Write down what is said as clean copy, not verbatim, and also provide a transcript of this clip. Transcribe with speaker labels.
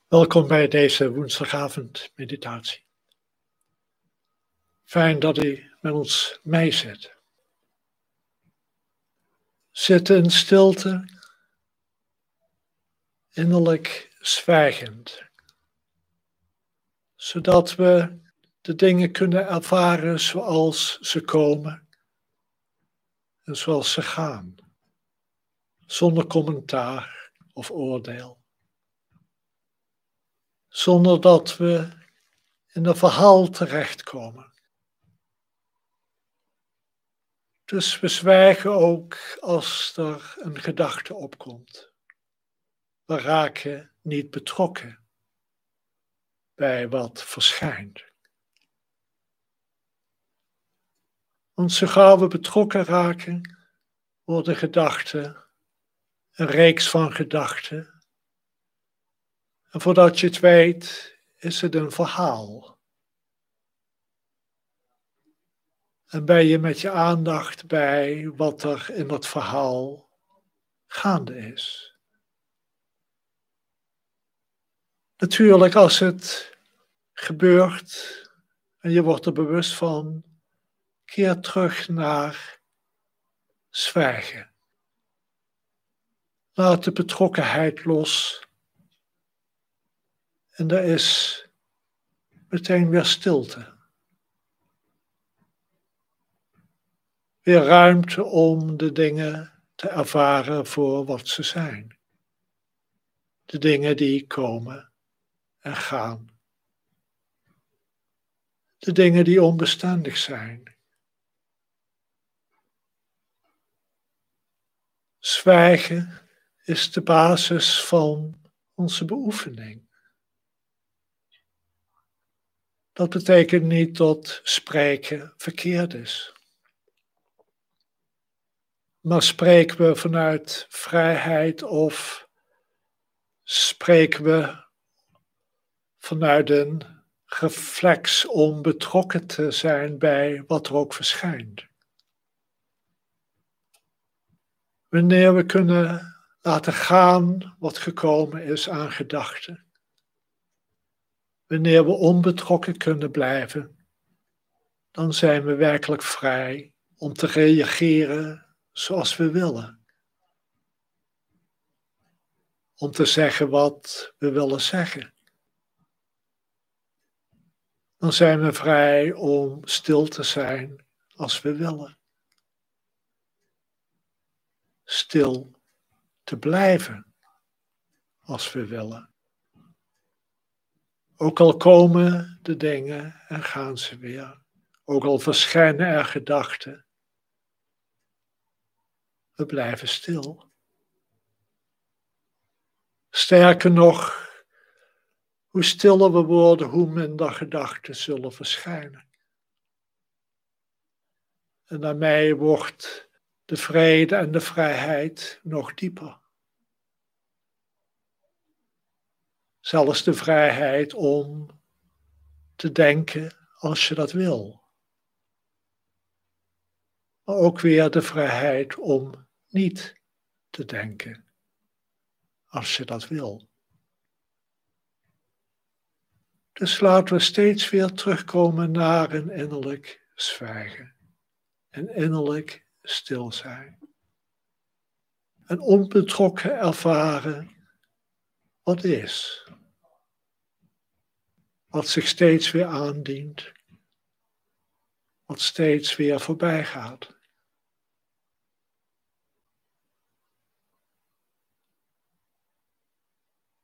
Speaker 1: Welkom bij deze woensdagavond meditatie. Fijn dat u met ons mee zit. Zitten in stilte, innerlijk zwijgend, zodat we de dingen kunnen ervaren zoals ze komen en zoals ze gaan, zonder commentaar of oordeel. Zonder dat we in een verhaal terechtkomen. Dus we zwijgen ook als er een gedachte opkomt. We raken niet betrokken bij wat verschijnt. Want zo gauw we betrokken raken, worden gedachten een reeks van gedachten. En voordat je het weet, is het een verhaal. En ben je met je aandacht bij wat er in dat verhaal gaande is. Natuurlijk, als het gebeurt en je wordt er bewust van, keer terug naar zwijgen. Laat de betrokkenheid los. En er is meteen weer stilte. Weer ruimte om de dingen te ervaren voor wat ze zijn. De dingen die komen en gaan. De dingen die onbestendig zijn. Zwijgen is de basis van onze beoefening. Dat betekent niet dat spreken verkeerd is. Maar spreken we vanuit vrijheid of spreken we vanuit een reflex om betrokken te zijn bij wat er ook verschijnt? Wanneer we kunnen laten gaan wat gekomen is aan gedachten. Wanneer we onbetrokken kunnen blijven, dan zijn we werkelijk vrij om te reageren zoals we willen. Om te zeggen wat we willen zeggen. Dan zijn we vrij om stil te zijn als we willen. Stil te blijven als we willen. Ook al komen de dingen en gaan ze weer. Ook al verschijnen er gedachten. We blijven stil. Sterker nog, hoe stiller we worden, hoe minder gedachten zullen verschijnen. En daarmee wordt de vrede en de vrijheid nog dieper. Zelfs de vrijheid om te denken als je dat wil. Maar ook weer de vrijheid om niet te denken als je dat wil. Dus laten we steeds weer terugkomen naar een innerlijk zwijgen. Een innerlijk stil zijn. Een onbetrokken ervaren wat is. Wat zich steeds weer aandient. Wat steeds weer voorbij gaat.